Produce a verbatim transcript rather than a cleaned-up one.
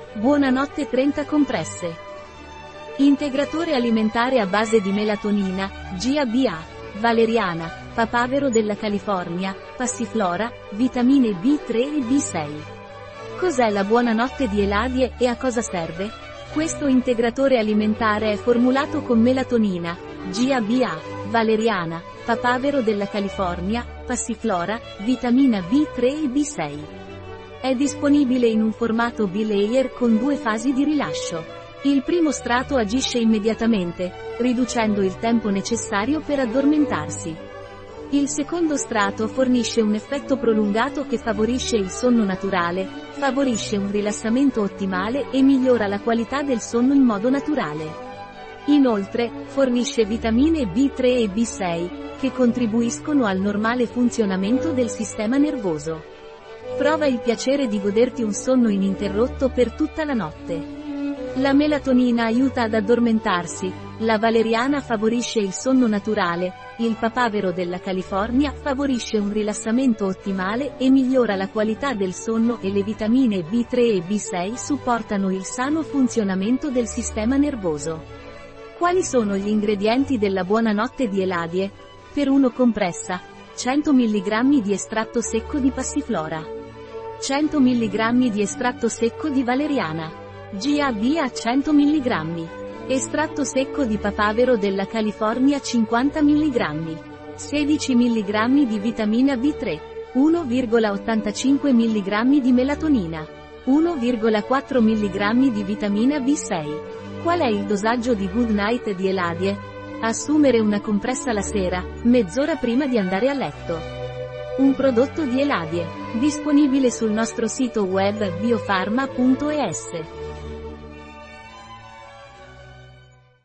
Buonanotte trenta compresse. Integratore alimentare a base di melatonina, G A B A, valeriana, papavero della California, passiflora, vitamine B tre e B sei. Cos'è la buonanotte di Eladie e a cosa serve? Questo integratore alimentare è formulato con melatonina, G A B A, valeriana, papavero della California, passiflora, vitamina B tre e B sei. È disponibile in un formato bilayer con due fasi di rilascio. Il primo strato agisce immediatamente, riducendo il tempo necessario per addormentarsi. Il secondo strato fornisce un effetto prolungato che favorisce il sonno naturale, favorisce un rilassamento ottimale e migliora la qualità del sonno in modo naturale. Inoltre, fornisce vitamine B tre e B sei, che contribuiscono al normale funzionamento del sistema nervoso. Prova il piacere di goderti un sonno ininterrotto per tutta la notte. La melatonina aiuta ad addormentarsi, la valeriana favorisce il sonno naturale, il papavero della California favorisce un rilassamento ottimale e migliora la qualità del sonno e le vitamine B tre e B sei supportano il sano funzionamento del sistema nervoso. Quali sono gli ingredienti della buonanotte di Eladie? Per uno compressa, cento milligrammi di estratto secco di passiflora. cento milligrammi di estratto secco di valeriana. G A B A cento milligrammi. Estratto secco di papavero della California cinquanta milligrammi. sedici milligrammi di vitamina B tre. uno virgola ottantacinque milligrammi di melatonina. uno virgola quattro milligrammi di vitamina B sei. Qual è il dosaggio di Good Night di Eladie? Assumere una compressa la sera, mezz'ora prima di andare a letto. Un prodotto di Eladie, disponibile sul nostro sito web biofarma punto es.